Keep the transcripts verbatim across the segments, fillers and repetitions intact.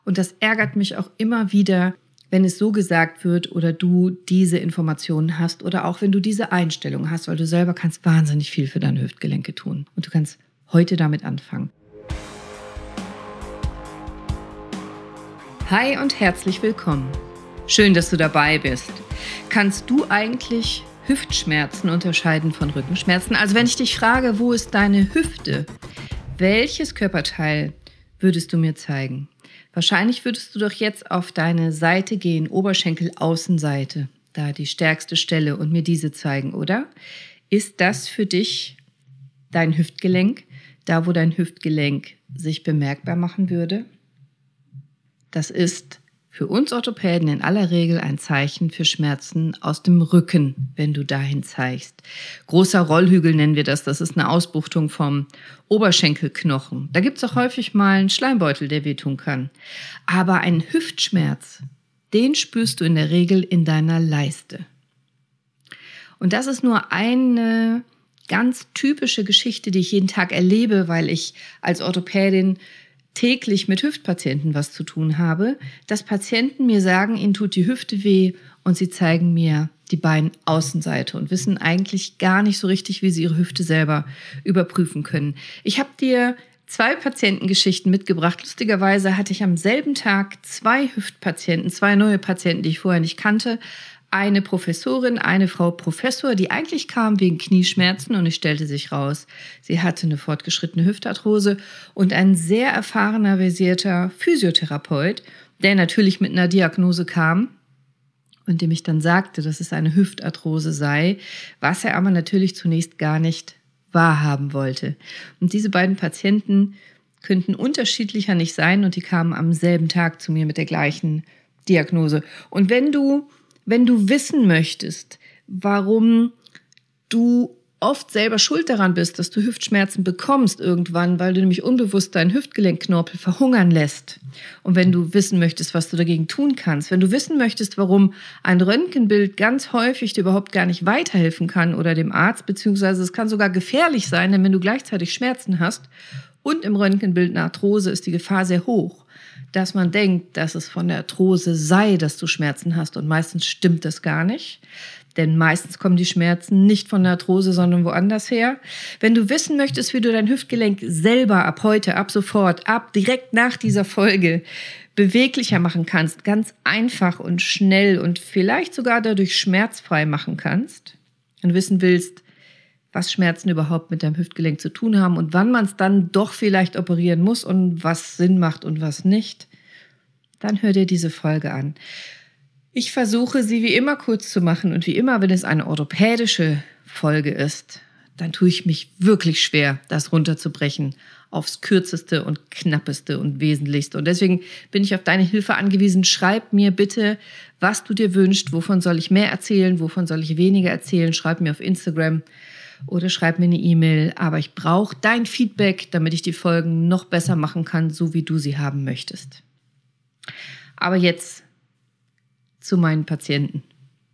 Und das ärgert mich auch immer wieder, wenn es so gesagt wird oder du diese Informationen hast oder auch wenn du diese Einstellung hast, weil du selber kannst wahnsinnig viel für deine Hüftgelenke tun. Und du kannst heute damit anfangen. Hi und herzlich willkommen. Schön, dass du dabei bist. Kannst du eigentlich Hüftschmerzen unterscheiden von Rückenschmerzen? Also wenn ich dich frage, wo ist deine Hüfte? Welches Körperteil würdest du mir zeigen? Wahrscheinlich würdest du doch jetzt auf deine Seite gehen, Oberschenkel-Außenseite, da die stärkste Stelle und mir diese zeigen, oder? Ist das für dich dein Hüftgelenk, da wo dein Hüftgelenk sich bemerkbar machen würde? Das ist für uns Orthopäden in aller Regel ein Zeichen für Schmerzen aus dem Rücken, wenn du dahin zeigst. Großer Rollhügel nennen wir das. Das ist eine Ausbuchtung vom Oberschenkelknochen. Da gibt es auch häufig mal einen Schleimbeutel, der wehtun kann. Aber einen Hüftschmerz, den spürst du in der Regel in deiner Leiste. Und das ist nur eine ganz typische Geschichte, die ich jeden Tag erlebe, weil ich als Orthopädin täglich mit Hüftpatienten was zu tun habe, dass Patienten mir sagen, ihnen tut die Hüfte weh und sie zeigen mir die Beinaußenseite und wissen eigentlich gar nicht so richtig, wie sie ihre Hüfte selber überprüfen können. Ich habe dir zwei Patientengeschichten mitgebracht. Lustigerweise hatte ich am selben Tag zwei Hüftpatienten, zwei neue Patienten, die ich vorher nicht kannte. Eine Professorin, eine Frau Professor, die eigentlich kam wegen Knieschmerzen und es stellte sich raus, sie hatte eine fortgeschrittene Hüftarthrose und ein sehr erfahrener, versierter Physiotherapeut, der natürlich mit einer Diagnose kam und dem ich dann sagte, dass es eine Hüftarthrose sei, was er aber natürlich zunächst gar nicht wahrhaben wollte. Und diese beiden Patienten könnten unterschiedlicher nicht sein und die kamen am selben Tag zu mir mit der gleichen Diagnose. Und wenn du Wenn du wissen möchtest, warum du oft selber schuld daran bist, dass du Hüftschmerzen bekommst irgendwann, weil du nämlich unbewusst deinen Hüftgelenkknorpel verhungern lässt. Und wenn du wissen möchtest, was du dagegen tun kannst, wenn du wissen möchtest, warum ein Röntgenbild ganz häufig dir überhaupt gar nicht weiterhelfen kann oder dem Arzt, beziehungsweise es kann sogar gefährlich sein, denn wenn du gleichzeitig Schmerzen hast und im Röntgenbild eine Arthrose, ist die Gefahr sehr hoch, dass man denkt, dass es von der Arthrose sei, dass du Schmerzen hast. Und meistens stimmt das gar nicht. Denn meistens kommen die Schmerzen nicht von der Arthrose, sondern woanders her. Wenn du wissen möchtest, wie du dein Hüftgelenk selber ab heute, ab sofort, ab direkt nach dieser Folge beweglicher machen kannst, ganz einfach und schnell und vielleicht sogar dadurch schmerzfrei machen kannst und wissen willst, was Schmerzen überhaupt mit deinem Hüftgelenk zu tun haben und wann man es dann doch vielleicht operieren muss und was Sinn macht und was nicht, dann hör dir diese Folge an. Ich versuche, sie wie immer kurz zu machen und wie immer, wenn es eine orthopädische Folge ist, dann tue ich mich wirklich schwer, das runterzubrechen aufs Kürzeste und Knappeste und Wesentlichste. Und deswegen bin ich auf deine Hilfe angewiesen. Schreib mir bitte, was du dir wünschst, wovon soll ich mehr erzählen, wovon soll ich weniger erzählen. Schreib mir auf Instagram oder schreib mir eine E-Mail, aber ich brauche dein Feedback, damit ich die Folgen noch besser machen kann, so wie du sie haben möchtest. Aber jetzt zu meinen Patienten.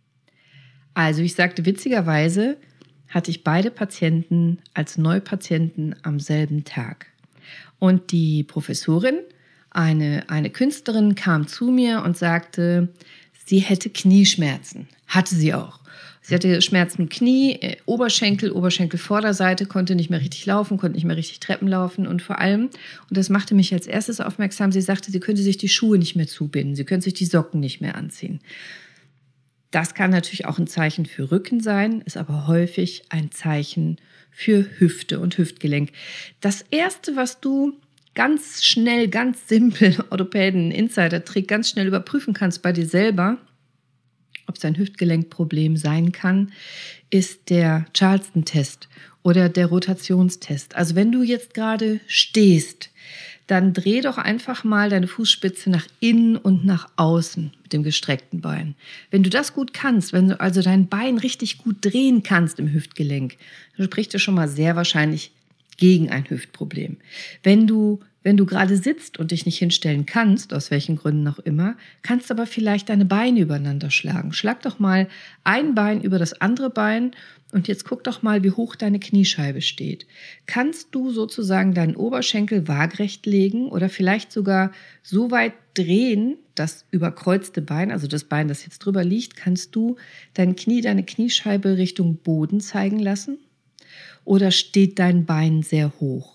Also ich sagte, witzigerweise hatte ich beide Patienten als Neupatienten am selben Tag. Und die Professorin, eine, eine Künstlerin, kam zu mir und sagte, sie hätte Knieschmerzen. Hatte sie auch. Sie hatte Schmerzen im Knie, Oberschenkel, Oberschenkelvorderseite, konnte nicht mehr richtig laufen, konnte nicht mehr richtig Treppen laufen und vor allem, und das machte mich als erstes aufmerksam, sie sagte, sie könnte sich die Schuhe nicht mehr zubinden, sie könnte sich die Socken nicht mehr anziehen. Das kann natürlich auch ein Zeichen für Rücken sein, ist aber häufig ein Zeichen für Hüfte und Hüftgelenk. Das Erste, was du ganz schnell, ganz simpel, Orthopäden, Insider-Trick, ganz schnell überprüfen kannst bei dir selber, ob es ein Hüftgelenkproblem sein kann, ist der Charleston-Test oder der Rotationstest. Also wenn du jetzt gerade stehst, dann dreh doch einfach mal deine Fußspitze nach innen und nach außen mit dem gestreckten Bein. Wenn du das gut kannst, wenn du also dein Bein richtig gut drehen kannst im Hüftgelenk, dann spricht das schon mal sehr wahrscheinlich gegen ein Hüftproblem. Wenn du Wenn du gerade sitzt und dich nicht hinstellen kannst, aus welchen Gründen auch immer, kannst aber vielleicht deine Beine übereinander schlagen. Schlag doch mal ein Bein über das andere Bein und jetzt guck doch mal, wie hoch deine Kniescheibe steht. Kannst du sozusagen deinen Oberschenkel waagrecht legen oder vielleicht sogar so weit drehen, das überkreuzte Bein, also das Bein, das jetzt drüber liegt, kannst du dein Knie, deine Kniescheibe Richtung Boden zeigen lassen? Oder steht dein Bein sehr hoch?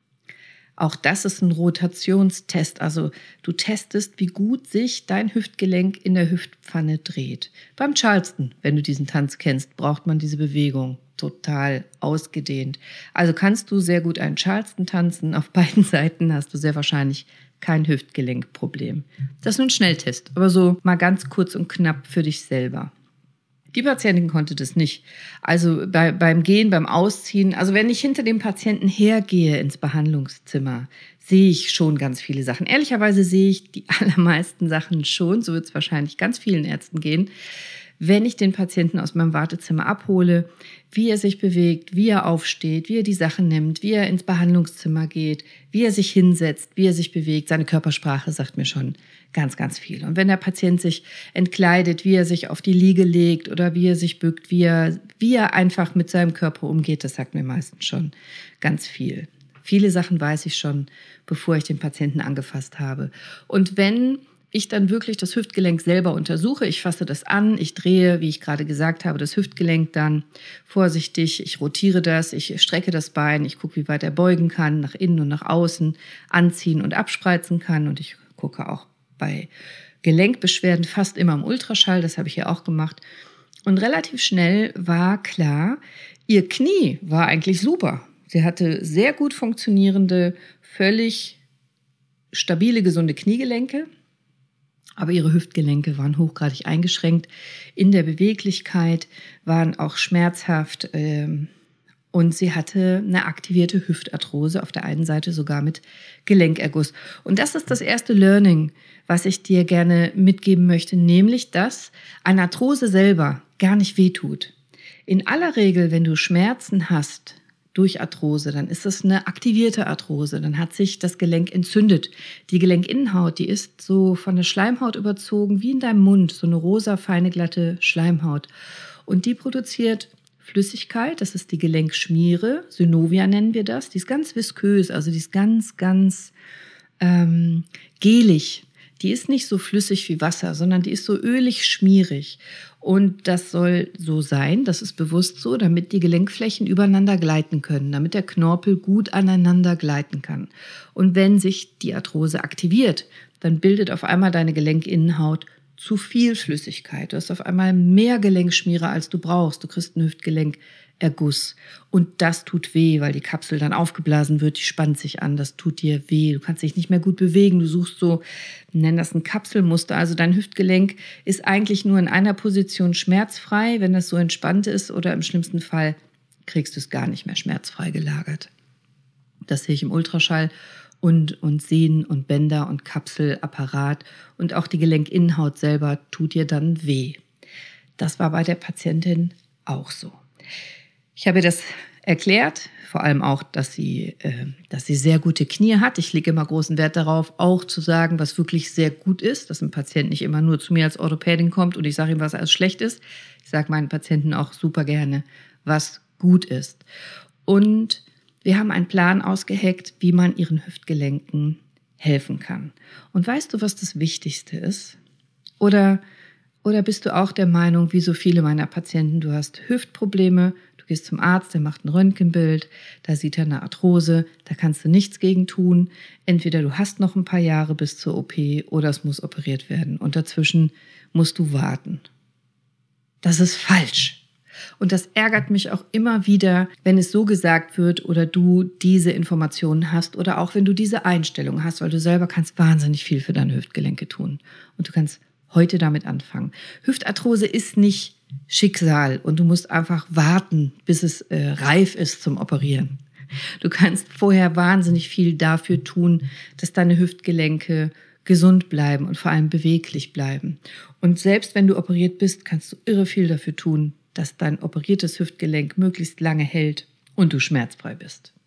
Auch das ist ein Rotationstest. Also du testest, wie gut sich dein Hüftgelenk in der Hüftpfanne dreht. Beim Charleston, wenn du diesen Tanz kennst, braucht man diese Bewegung total ausgedehnt. Also kannst du sehr gut einen Charleston tanzen. Auf beiden Seiten hast du sehr wahrscheinlich kein Hüftgelenkproblem. Das ist nur ein Schnelltest, aber so mal ganz kurz und knapp für dich selber. Die Patientin konnte das nicht. Also bei, beim Gehen, beim Ausziehen, also wenn ich hinter dem Patienten hergehe ins Behandlungszimmer, sehe ich schon ganz viele Sachen. Ehrlicherweise sehe ich die allermeisten Sachen schon, so wird es wahrscheinlich ganz vielen Ärzten gehen, wenn ich den Patienten aus meinem Wartezimmer abhole, wie er sich bewegt, wie er aufsteht, wie er die Sachen nimmt, wie er ins Behandlungszimmer geht, wie er sich hinsetzt, wie er sich bewegt. Seine Körpersprache sagt mir schon ganz, ganz viel. Und wenn der Patient sich entkleidet, wie er sich auf die Liege legt oder wie er sich bückt, wie er, wie er einfach mit seinem Körper umgeht, das sagt mir meistens schon ganz viel. Viele Sachen weiß ich schon, bevor ich den Patienten angefasst habe. Und wenn ich dann wirklich das Hüftgelenk selber untersuche, ich fasse das an, ich drehe, wie ich gerade gesagt habe, das Hüftgelenk dann vorsichtig, ich rotiere das, ich strecke das Bein, ich gucke, wie weit er beugen kann, nach innen und nach außen, anziehen und abspreizen kann und ich gucke auch bei Gelenkbeschwerden fast immer im Ultraschall, das habe ich ja auch gemacht. Und relativ schnell war klar, ihr Knie war eigentlich super. Sie hatte sehr gut funktionierende, völlig stabile, gesunde Kniegelenke. Aber ihre Hüftgelenke waren hochgradig eingeschränkt in der Beweglichkeit, waren auch schmerzhaft ähm, und sie hatte eine aktivierte Hüftarthrose, auf der einen Seite sogar mit Gelenkerguss. Und das ist das erste Learning, was ich dir gerne mitgeben möchte, nämlich, dass eine Arthrose selber gar nicht wehtut. In aller Regel, wenn du Schmerzen hast durch Arthrose, dann ist das eine aktivierte Arthrose, dann hat sich das Gelenk entzündet. Die Gelenkinnenhaut, die ist so von der Schleimhaut überzogen, wie in deinem Mund, so eine rosa, feine, glatte Schleimhaut. Und die produziert Flüssigkeit, das ist die Gelenkschmiere, Synovia nennen wir das, die ist ganz viskös, also die ist ganz, ganz ähm, gelig. Die ist nicht so flüssig wie Wasser, sondern die ist so ölig schmierig. Und das soll so sein, das ist bewusst so, damit die Gelenkflächen übereinander gleiten können, damit der Knorpel gut aneinander gleiten kann. Und wenn sich die Arthrose aktiviert, dann bildet auf einmal deine Gelenkinnenhaut zu viel Flüssigkeit. Du hast auf einmal mehr Gelenkschmiere, als du brauchst. Du kriegst einen Hüftgelenkerguss. Und das tut weh, weil die Kapsel dann aufgeblasen wird, die spannt sich an, das tut dir weh. Du kannst dich nicht mehr gut bewegen. Du suchst so, nennen das ein Kapselmuster. Also dein Hüftgelenk ist eigentlich nur in einer Position schmerzfrei, wenn das so entspannt ist. Oder im schlimmsten Fall kriegst du es gar nicht mehr schmerzfrei gelagert. Das sehe ich im Ultraschall. Und, und Sehnen und Bänder und Kapselapparat und auch die Gelenkinnenhaut selber tut dir dann weh. Das war bei der Patientin auch so. Ich habe ihr das erklärt, vor allem auch, dass sie, äh, dass sie sehr gute Knie hat. Ich lege immer großen Wert darauf, auch zu sagen, was wirklich sehr gut ist, dass ein Patient nicht immer nur zu mir als Orthopädin kommt und ich sage ihm, was alles schlecht ist. Ich sage meinen Patienten auch super gerne, was gut ist. Und wir haben einen Plan ausgeheckt, wie man ihren Hüftgelenken helfen kann. Und weißt du, was das Wichtigste ist? Oder, oder bist du auch der Meinung, wie so viele meiner Patienten, du hast Hüftprobleme, du gehst zum Arzt, der macht ein Röntgenbild, da sieht er eine Arthrose, da kannst du nichts gegen tun. Entweder du hast noch ein paar Jahre bis zur O P oder es muss operiert werden. Und dazwischen musst du warten. Das ist falsch. Und das ärgert mich auch immer wieder, wenn es so gesagt wird oder du diese Informationen hast oder auch wenn du diese Einstellung hast, weil du selber kannst wahnsinnig viel für deine Hüftgelenke tun. Und du kannst heute damit anfangen. Hüftarthrose ist nicht Schicksal und du musst einfach warten, bis es äh, reif ist zum Operieren. Du kannst vorher wahnsinnig viel dafür tun, dass deine Hüftgelenke gesund bleiben und vor allem beweglich bleiben. Und selbst wenn du operiert bist, kannst du irre viel dafür tun, dass dein operiertes Hüftgelenk möglichst lange hält und du schmerzfrei bist.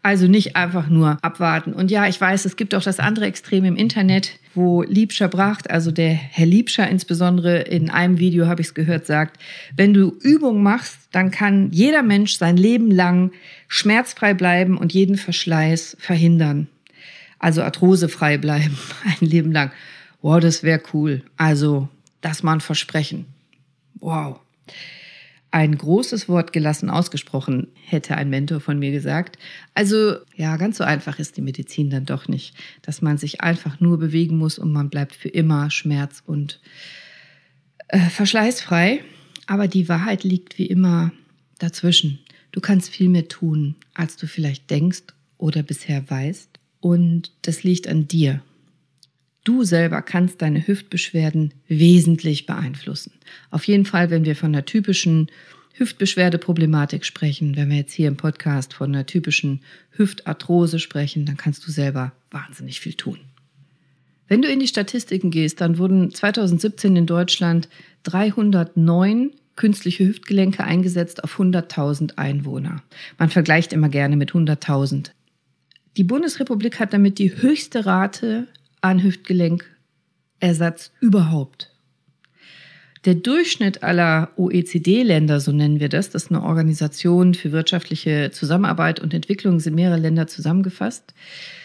Also nicht einfach nur abwarten. Und ja, ich weiß, es gibt auch das andere Extrem im Internet, wo Liebscher Bracht, also der Herr Liebscher insbesondere, in einem Video habe ich es gehört, sagt, wenn du Übung machst, dann kann jeder Mensch sein Leben lang schmerzfrei bleiben und jeden Verschleiß verhindern. Also arthrosefrei bleiben, ein Leben lang. Wow, das wäre cool. Also, das mal ein Versprechen. Wow. Ein großes Wort gelassen ausgesprochen, hätte ein Mentor von mir gesagt. Also, ja, ganz so einfach ist die Medizin dann doch nicht, dass man sich einfach nur bewegen muss und man bleibt für immer schmerz- und äh, verschleißfrei. Aber die Wahrheit liegt wie immer dazwischen. Du kannst viel mehr tun, als du vielleicht denkst oder bisher weißt. Und das liegt an dir. Du selber kannst deine Hüftbeschwerden wesentlich beeinflussen. Auf jeden Fall, wenn wir von einer typischen Hüftbeschwerdeproblematik sprechen, wenn wir jetzt hier im Podcast von einer typischen Hüftarthrose sprechen, dann kannst du selber wahnsinnig viel tun. Wenn du in die Statistiken gehst, dann wurden zweitausendsiebzehn in Deutschland dreihundertneun künstliche Hüftgelenke eingesetzt auf hunderttausend Einwohner. Man vergleicht immer gerne mit hunderttausend. Die Bundesrepublik hat damit die höchste Rate an Hüftgelenkersatz überhaupt. Der Durchschnitt aller O E C D-Länder, so nennen wir das, das ist eine Organisation für wirtschaftliche Zusammenarbeit und Entwicklung, sind mehrere Länder zusammengefasst.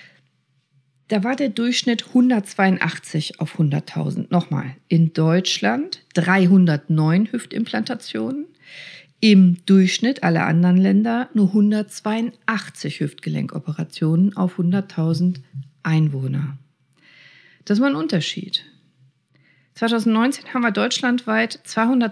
Da war der Durchschnitt hundertzweiundachtzig auf hunderttausend. Nochmal, in Deutschland dreihundertneun Hüftimplantationen, im Durchschnitt aller anderen Länder nur hundertzweiundachtzig Hüftgelenkoperationen auf hunderttausend Einwohner. Das ist mal ein Unterschied. zweitausendneunzehn haben wir deutschlandweit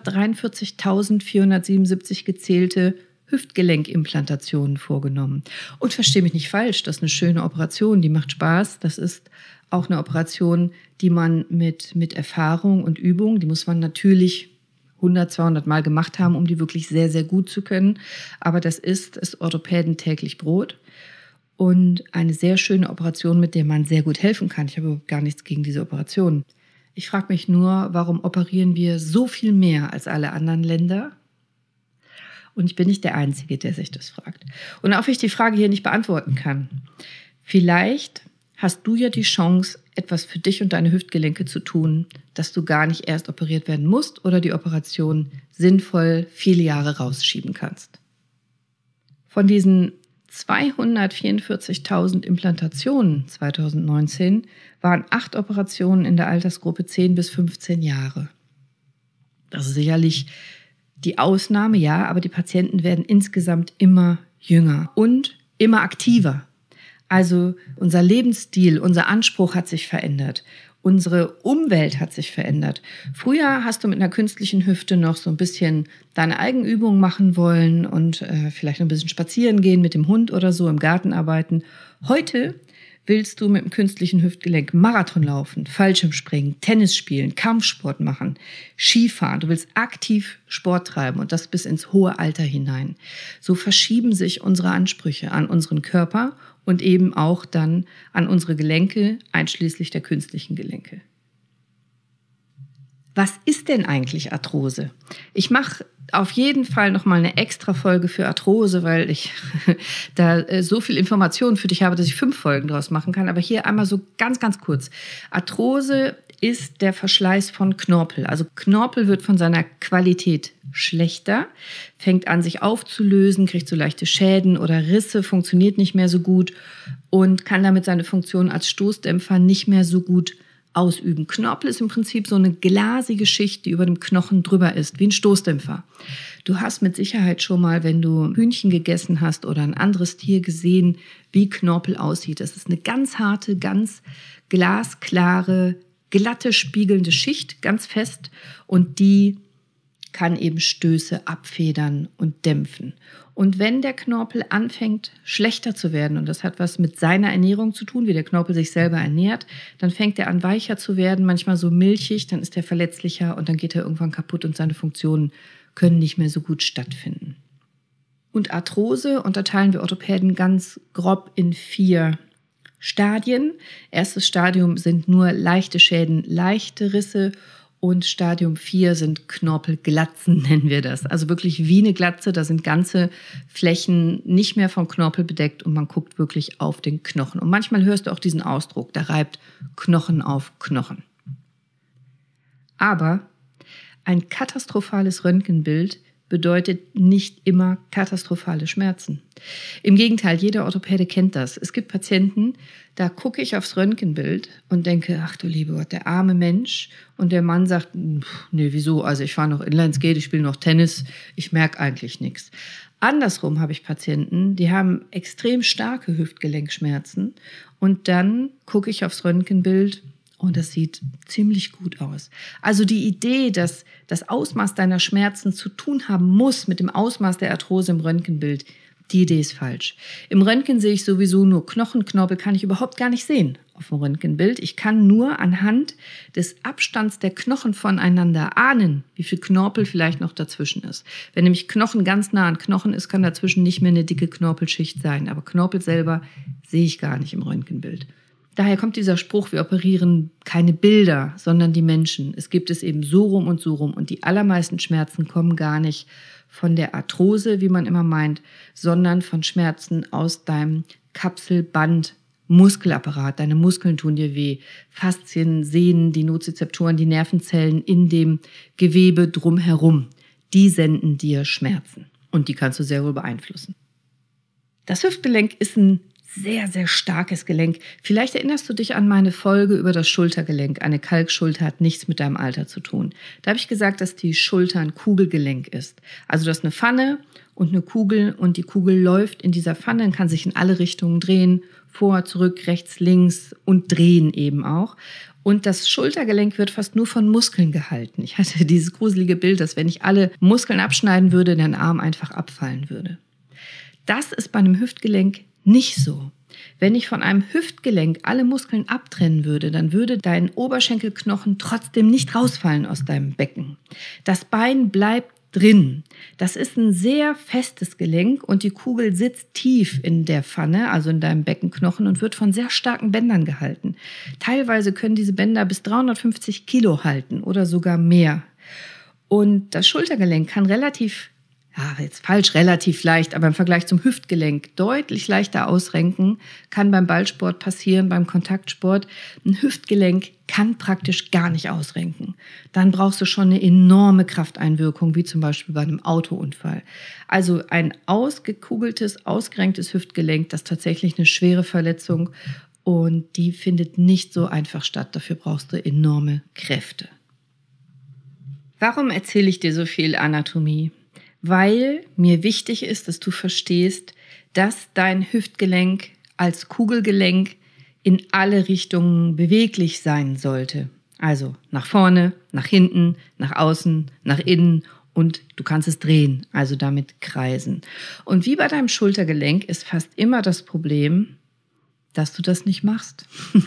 zweihundertdreiundvierzigtausendvierhundertsiebenundsiebzig gezählte Hüftgelenkimplantationen vorgenommen. Und verstehe mich nicht falsch, das ist eine schöne Operation, die macht Spaß. Das ist auch eine Operation, die man mit, mit Erfahrung und Übung, die muss man natürlich hundert, zweihundert Mal gemacht haben, um die wirklich sehr, sehr gut zu können. Aber das ist, ist Orthopäden täglich Brot. Und eine sehr schöne Operation, mit der man sehr gut helfen kann. Ich habe gar nichts gegen diese Operation. Ich frage mich nur, warum operieren wir so viel mehr als alle anderen Länder? Und ich bin nicht der Einzige, der sich das fragt. Und auch wenn ich die Frage hier nicht beantworten kann. Vielleicht hast du ja die Chance, etwas für dich und deine Hüftgelenke zu tun, dass du gar nicht erst operiert werden musst oder die Operation sinnvoll viele Jahre rausschieben kannst. Von diesen zweihundertvierundvierzigtausend Implantationen zweitausendneunzehn waren acht Operationen in der Altersgruppe zehn bis fünfzehn Jahre. Das ist sicherlich die Ausnahme, ja, aber die Patienten werden insgesamt immer jünger und immer aktiver. Also unser Lebensstil, unser Anspruch hat sich verändert. Unsere Umwelt hat sich verändert. Früher hast du mit einer künstlichen Hüfte noch so ein bisschen deine Eigenübungen machen wollen und äh, vielleicht noch ein bisschen spazieren gehen mit dem Hund oder so, im Garten arbeiten. Heute willst du mit dem künstlichen Hüftgelenk Marathon laufen, Fallschirmspringen, Tennis spielen, Kampfsport machen, Skifahren. Du willst aktiv Sport treiben und das bis ins hohe Alter hinein. So verschieben sich unsere Ansprüche an unseren Körper und eben auch dann an unsere Gelenke, einschließlich der künstlichen Gelenke. Was ist denn eigentlich Arthrose? Ich mache auf jeden Fall nochmal eine extra Folge für Arthrose, weil ich da so viel Informationen für dich habe, dass ich fünf Folgen draus machen kann. Aber hier einmal so ganz, ganz kurz. Arthrose ist der Verschleiß von Knorpel. Also Knorpel wird von seiner Qualität schlechter, fängt an, sich aufzulösen, kriegt so leichte Schäden oder Risse, funktioniert nicht mehr so gut und kann damit seine Funktion als Stoßdämpfer nicht mehr so gut ausüben. Knorpel ist im Prinzip so eine glasige Schicht, die über dem Knochen drüber ist, wie ein Stoßdämpfer. Du hast mit Sicherheit schon mal, wenn du Hühnchen gegessen hast oder ein anderes Tier gesehen, wie Knorpel aussieht. Das ist eine ganz harte, ganz glasklare, glatte, spiegelnde Schicht, ganz fest, und die kann eben Stöße abfedern und dämpfen. Und wenn der Knorpel anfängt, schlechter zu werden, und das hat was mit seiner Ernährung zu tun, wie der Knorpel sich selber ernährt, dann fängt er an, weicher zu werden, manchmal so milchig, dann ist er verletzlicher und dann geht er irgendwann kaputt und seine Funktionen können nicht mehr so gut stattfinden. Und Arthrose unterteilen wir Orthopäden ganz grob in vier Stadien. Erstes Stadium sind nur leichte Schäden, leichte Risse Und Stadium vier sind Knorpelglatzen, nennen wir das. Also wirklich wie eine Glatze, da sind ganze Flächen nicht mehr vom Knorpel bedeckt und man guckt wirklich auf den Knochen. Und manchmal hörst du auch diesen Ausdruck, da reibt Knochen auf Knochen. Aber ein katastrophales Röntgenbild bedeutet nicht immer katastrophale Schmerzen. Im Gegenteil, jeder Orthopäde kennt das. Es gibt Patienten, da gucke ich aufs Röntgenbild und denke, ach du liebe Gott, der arme Mensch. Und der Mann sagt, nee, wieso? Also ich fahre noch Inlineskate, ich spiele noch Tennis, ich merke eigentlich nichts. Andersrum habe ich Patienten, die haben extrem starke Hüftgelenkschmerzen und dann gucke ich aufs Röntgenbild und das sieht ziemlich gut aus. Also die Idee, dass das Ausmaß deiner Schmerzen zu tun haben muss mit dem Ausmaß der Arthrose im Röntgenbild, die Idee ist falsch. Im Röntgen sehe ich sowieso nur Knochen, Knorpel kann ich überhaupt gar nicht sehen auf dem Röntgenbild. Ich kann nur anhand des Abstands der Knochen voneinander ahnen, wie viel Knorpel vielleicht noch dazwischen ist. Wenn nämlich Knochen ganz nah an Knochen ist, kann dazwischen nicht mehr eine dicke Knorpelschicht sein. Aber Knorpel selber sehe ich gar nicht im Röntgenbild. Daher kommt dieser Spruch, wir operieren keine Bilder, sondern die Menschen. Es gibt es eben so rum und so rum. Und die allermeisten Schmerzen kommen gar nicht von der Arthrose, wie man immer meint, sondern von Schmerzen aus deinem Kapselband-Muskelapparat. Deine Muskeln tun dir weh. Faszien, Sehnen, die Nozizeptoren, die Nervenzellen in dem Gewebe drumherum. Die senden dir Schmerzen. Und die kannst du sehr wohl beeinflussen. Das Hüftgelenk ist ein sehr, sehr starkes Gelenk. Vielleicht erinnerst du dich an meine Folge über das Schultergelenk. Eine Kalkschulter hat nichts mit deinem Alter zu tun. Da habe ich gesagt, dass die Schulter ein Kugelgelenk ist. Also das ist eine Pfanne und eine Kugel und die Kugel läuft in dieser Pfanne und kann sich in alle Richtungen drehen, vor, zurück, rechts, links und drehen eben auch. Und das Schultergelenk wird fast nur von Muskeln gehalten. Ich hatte dieses gruselige Bild, dass wenn ich alle Muskeln abschneiden würde, dein Arm einfach abfallen würde. Das ist bei einem Hüftgelenk nicht so. Wenn ich von einem Hüftgelenk alle Muskeln abtrennen würde, dann würde dein Oberschenkelknochen trotzdem nicht rausfallen aus deinem Becken. Das Bein bleibt drin. Das ist ein sehr festes Gelenk und die Kugel sitzt tief in der Pfanne, also in deinem Beckenknochen und wird von sehr starken Bändern gehalten. Teilweise können diese Bänder bis dreihundertfünfzig Kilo halten oder sogar mehr. Und das Schultergelenk kann relativ Ja, jetzt falsch, relativ leicht, aber im Vergleich zum Hüftgelenk deutlich leichter ausrenken, kann beim Ballsport passieren, beim Kontaktsport. Ein Hüftgelenk kann praktisch gar nicht ausrenken. Dann brauchst du schon eine enorme Krafteinwirkung, wie zum Beispiel bei einem Autounfall. Also ein ausgekugeltes, ausgerenktes Hüftgelenk, das ist tatsächlich eine schwere Verletzung und die findet nicht so einfach statt. Dafür brauchst du enorme Kräfte. Warum erzähle ich dir so viel Anatomie? Weil mir wichtig ist, dass du verstehst, dass dein Hüftgelenk als Kugelgelenk in alle Richtungen beweglich sein sollte. Also nach vorne, nach hinten, nach außen, nach innen und du kannst es drehen, also damit kreisen. Und wie bei deinem Schultergelenk ist fast immer das Problem, dass du das nicht machst.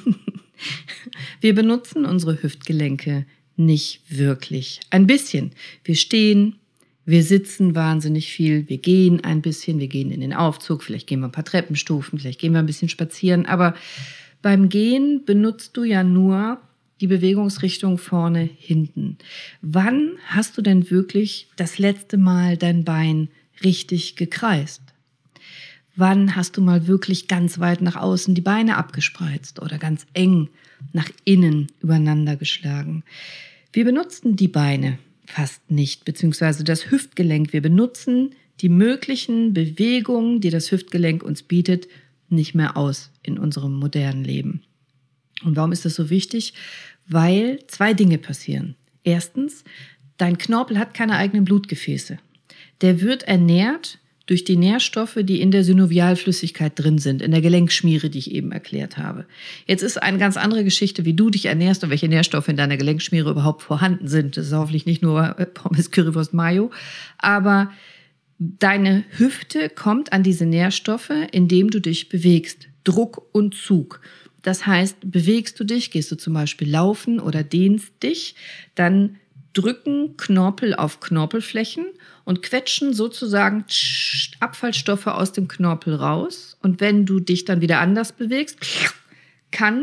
Wir benutzen unsere Hüftgelenke nicht wirklich. Ein bisschen. Wir stehen, wir sitzen wahnsinnig viel, wir gehen ein bisschen, wir gehen in den Aufzug, vielleicht gehen wir ein paar Treppenstufen, vielleicht gehen wir ein bisschen spazieren. Aber beim Gehen benutzt du ja nur die Bewegungsrichtung vorne, hinten. Wann hast du denn wirklich das letzte Mal dein Bein richtig gekreist? Wann hast du mal wirklich ganz weit nach außen die Beine abgespreizt oder ganz eng nach innen übereinander geschlagen? Wir benutzen die Beine fast nicht, beziehungsweise das Hüftgelenk. Wir benutzen die möglichen Bewegungen, die das Hüftgelenk uns bietet, nicht mehr aus in unserem modernen Leben. Und warum ist das so wichtig? Weil zwei Dinge passieren. Erstens, dein Knorpel hat keine eigenen Blutgefäße. Der wird ernährt durch die Nährstoffe, die in der Synovialflüssigkeit drin sind, in der Gelenkschmiere, die ich eben erklärt habe. Jetzt ist eine ganz andere Geschichte, wie du dich ernährst und welche Nährstoffe in deiner Gelenkschmiere überhaupt vorhanden sind. Das ist hoffentlich nicht nur Pommes, Currywurst, Mayo, aber deine Hüfte kommt an diese Nährstoffe, indem du dich bewegst. Druck und Zug. Das heißt, bewegst du dich, gehst du zum Beispiel laufen oder dehnst dich, dann drücken Knorpel auf Knorpelflächen und quetschen sozusagen Abfallstoffe aus dem Knorpel raus. Und wenn du dich dann wieder anders bewegst, kann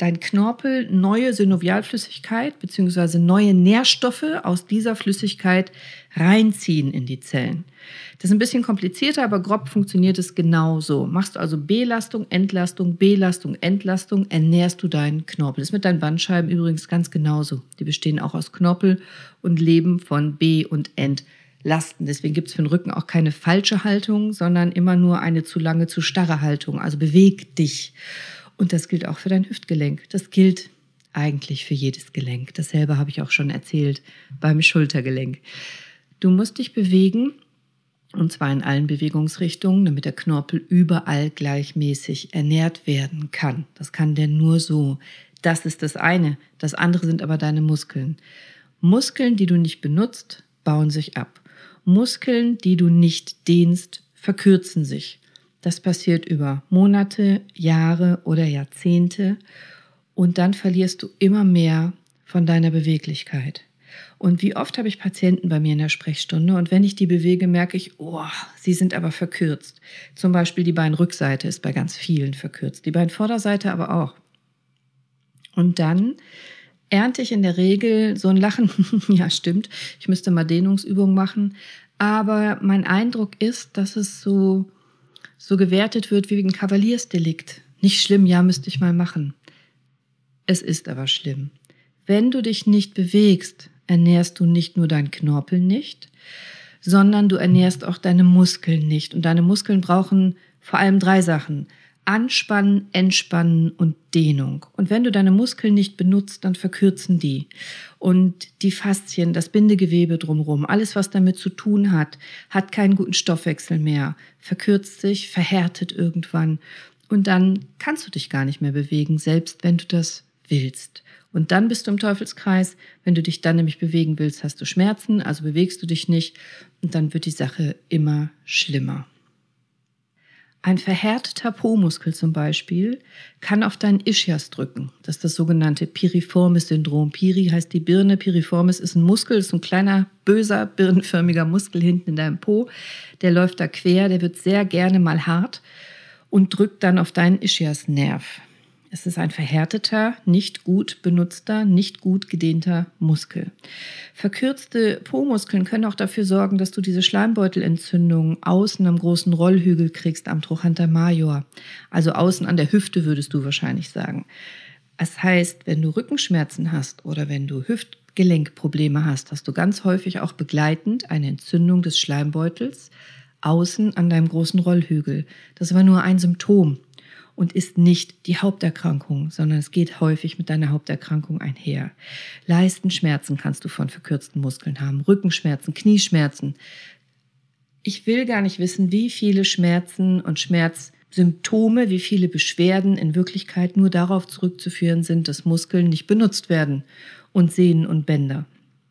dein Knorpel neue Synovialflüssigkeit bzw. neue Nährstoffe aus dieser Flüssigkeit reinziehen in die Zellen. Das ist ein bisschen komplizierter, aber grob funktioniert es genauso. Machst du also Belastung, Entlastung, Belastung, Entlastung, ernährst du deinen Knorpel. Das ist mit deinen Bandscheiben übrigens ganz genauso. Die bestehen auch aus Knorpel und leben von Be- und Entlasten. Deswegen gibt es für den Rücken auch keine falsche Haltung, sondern immer nur eine zu lange, zu starre Haltung. Also beweg dich. Und das gilt auch für dein Hüftgelenk. Das gilt eigentlich für jedes Gelenk. Dasselbe habe ich auch schon erzählt beim Schultergelenk. Du musst dich bewegen, und zwar in allen Bewegungsrichtungen, damit der Knorpel überall gleichmäßig ernährt werden kann. Das kann der nur so. Das ist das eine. Das andere sind aber deine Muskeln. Muskeln, die du nicht benutzt, bauen sich ab. Muskeln, die du nicht dehnst, verkürzen sich. Das passiert über Monate, Jahre oder Jahrzehnte und dann verlierst du immer mehr von deiner Beweglichkeit. Und wie oft habe ich Patienten bei mir in der Sprechstunde und wenn ich die bewege, merke ich, oh, sie sind aber verkürzt. Zum Beispiel die Beinrückseite ist bei ganz vielen verkürzt, die Beinvorderseite aber auch. Und dann ernte ich in der Regel so ein Lachen, ja stimmt, ich müsste mal Dehnungsübungen machen, aber mein Eindruck ist, dass es so... so gewertet wird wie ein Kavaliersdelikt. Nicht schlimm, ja, müsste ich mal machen. Es ist aber schlimm. Wenn du dich nicht bewegst, ernährst du nicht nur deinen Knorpel nicht, sondern du ernährst auch deine Muskeln nicht. Und deine Muskeln brauchen vor allem drei Sachen. Anspannen, Entspannen und Dehnung. Und wenn du deine Muskeln nicht benutzt, dann verkürzen die. Und die Faszien, das Bindegewebe drumherum, alles, was damit zu tun hat, hat keinen guten Stoffwechsel mehr, verkürzt sich, verhärtet irgendwann. Und dann kannst du dich gar nicht mehr bewegen, selbst wenn du das willst. Und dann bist du im Teufelskreis. Wenn du dich dann nämlich bewegen willst, hast du Schmerzen, also bewegst du dich nicht. Und dann wird die Sache immer schlimmer. Ein verhärteter Po-Muskel zum Beispiel kann auf deinen Ischias drücken. Das ist das sogenannte Piriformis-Syndrom. Piri heißt die Birne, Piriformis ist ein Muskel, ist ein kleiner, böser, birnenförmiger Muskel hinten in deinem Po. Der läuft da quer, der wird sehr gerne mal hart und drückt dann auf deinen Ischiasnerv. Es ist ein verhärteter, nicht gut benutzter, nicht gut gedehnter Muskel. Verkürzte Po-Muskeln können auch dafür sorgen, dass du diese Schleimbeutelentzündung außen am großen Rollhügel kriegst, am Trochanter major. Also außen an der Hüfte würdest du wahrscheinlich sagen. Das heißt, wenn du Rückenschmerzen hast oder wenn du Hüftgelenkprobleme hast, hast du ganz häufig auch begleitend eine Entzündung des Schleimbeutels außen an deinem großen Rollhügel. Das war nur ein Symptom. Und ist nicht die Haupterkrankung, sondern es geht häufig mit deiner Haupterkrankung einher. Leistenschmerzen kannst du von verkürzten Muskeln haben, Rückenschmerzen, Knieschmerzen. Ich will gar nicht wissen, wie viele Schmerzen und Schmerzsymptome, wie viele Beschwerden in Wirklichkeit nur darauf zurückzuführen sind, dass Muskeln nicht benutzt werden und Sehnen und Bänder.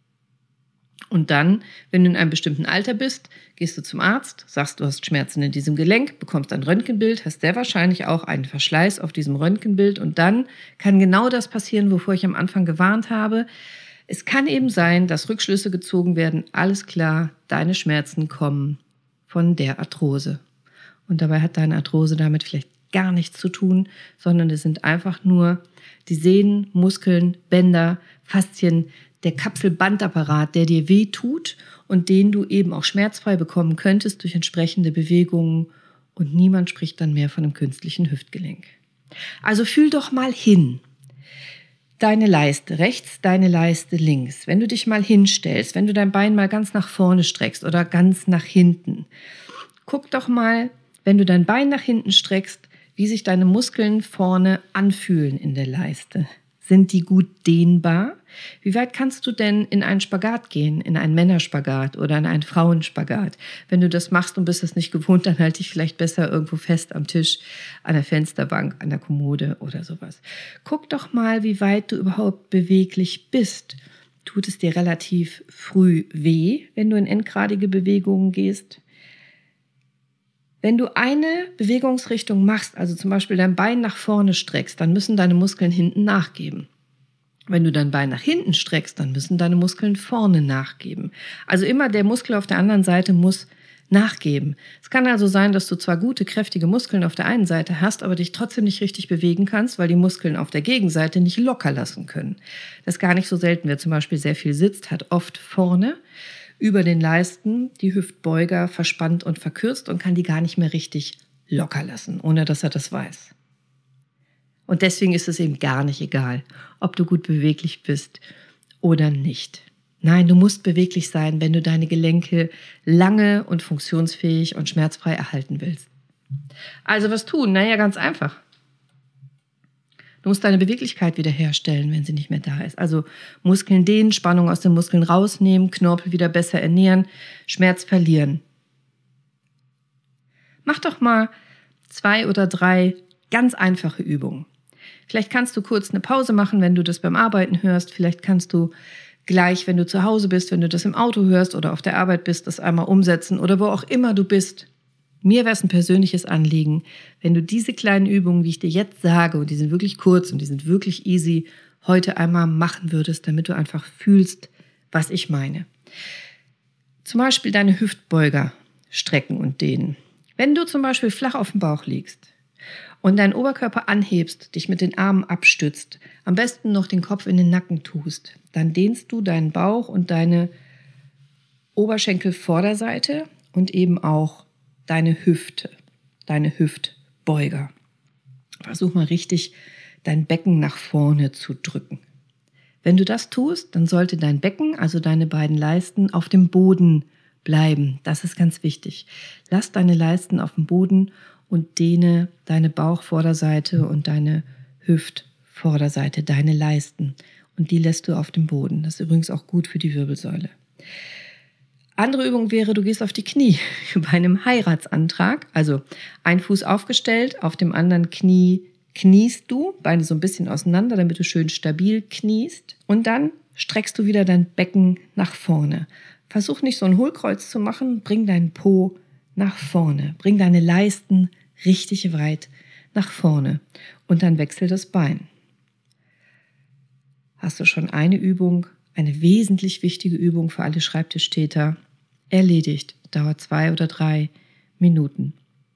Und dann, wenn du in einem bestimmten Alter bist, gehst du zum Arzt, sagst, du hast Schmerzen in diesem Gelenk, bekommst ein Röntgenbild, hast sehr wahrscheinlich auch einen Verschleiß auf diesem Röntgenbild und dann kann genau das passieren, wovor ich am Anfang gewarnt habe. Es kann eben sein, dass Rückschlüsse gezogen werden, alles klar, deine Schmerzen kommen von der Arthrose. Und dabei hat deine Arthrose damit vielleicht gar nichts zu tun, sondern es sind einfach nur die Sehnen, Muskeln, Bänder, Faszien, der Kapselbandapparat, der dir weh tut und den du eben auch schmerzfrei bekommen könntest durch entsprechende Bewegungen und niemand spricht dann mehr von einem künstlichen Hüftgelenk. Also fühl doch mal hin. Deine Leiste rechts, deine Leiste links. Wenn du dich mal hinstellst, wenn du dein Bein mal ganz nach vorne streckst oder ganz nach hinten, guck doch mal, wenn du dein Bein nach hinten streckst, wie sich deine Muskeln vorne anfühlen in der Leiste. Sind die gut dehnbar? Wie weit kannst du denn in einen Spagat gehen, in einen Männerspagat oder in einen Frauenspagat? Wenn du das machst und bist das nicht gewohnt, dann halte dich vielleicht besser irgendwo fest am Tisch, an der Fensterbank, an der Kommode oder sowas. Guck doch mal, wie weit du überhaupt beweglich bist. Tut es dir relativ früh weh, wenn du in endgradige Bewegungen gehst? Wenn du eine Bewegungsrichtung machst, also zum Beispiel dein Bein nach vorne streckst, dann müssen deine Muskeln hinten nachgeben. Wenn du dein Bein nach hinten streckst, dann müssen deine Muskeln vorne nachgeben. Also immer der Muskel auf der anderen Seite muss nachgeben. Es kann also sein, dass du zwar gute, kräftige Muskeln auf der einen Seite hast, aber dich trotzdem nicht richtig bewegen kannst, weil die Muskeln auf der Gegenseite nicht locker lassen können. Das ist gar nicht so selten. Wer zum Beispiel sehr viel sitzt, hat oft vorne über den Leisten die Hüftbeuger verspannt und verkürzt und kann die gar nicht mehr richtig locker lassen, ohne dass er das weiß. Und deswegen ist es eben gar nicht egal, ob du gut beweglich bist oder nicht. Nein, du musst beweglich sein, wenn du deine Gelenke lange und funktionsfähig und schmerzfrei erhalten willst. Also was tun? Naja, ganz einfach. Du musst deine Beweglichkeit wiederherstellen, wenn sie nicht mehr da ist. Also Muskeln dehnen, Spannung aus den Muskeln rausnehmen, Knorpel wieder besser ernähren, Schmerz verlieren. Mach doch mal zwei oder drei ganz einfache Übungen. Vielleicht kannst du kurz eine Pause machen, wenn du das beim Arbeiten hörst. Vielleicht kannst du gleich, wenn du zu Hause bist, wenn du das im Auto hörst oder auf der Arbeit bist, das einmal umsetzen oder wo auch immer du bist. Mir wäre es ein persönliches Anliegen, wenn du diese kleinen Übungen, wie ich dir jetzt sage, und die sind wirklich kurz und die sind wirklich easy, heute einmal machen würdest, damit du einfach fühlst, was ich meine. Zum Beispiel deine Hüftbeuger strecken und dehnen. Wenn du zum Beispiel flach auf dem Bauch liegst und deinen Oberkörper anhebst, dich mit den Armen abstützt, am besten noch den Kopf in den Nacken tust, dann dehnst du deinen Bauch und deine Oberschenkelvorderseite und eben auch deine Hüfte, deine Hüftbeuger. Versuch mal richtig, dein Becken nach vorne zu drücken. Wenn du das tust, dann sollte dein Becken, also deine beiden Leisten, auf dem Boden bleiben. Das ist ganz wichtig. Lass deine Leisten auf dem Boden und dehne deine Bauchvorderseite und deine Hüftvorderseite, deine Leisten. Und die lässt du auf dem Boden. Das ist übrigens auch gut für die Wirbelsäule. Andere Übung wäre, du gehst auf die Knie bei einem Heiratsantrag. Also ein Fuß aufgestellt, auf dem anderen Knie kniest du, Beine so ein bisschen auseinander, damit du schön stabil kniest. Und dann streckst du wieder dein Becken nach vorne. Versuch nicht so ein Hohlkreuz zu machen, bring deinen Po nach vorne. Bring deine Leisten richtig weit nach vorne und dann wechsel das Bein. Hast du schon eine Übung, eine wesentlich wichtige Übung für alle Schreibtischtäter erledigt. Dauert zwei oder drei Minuten.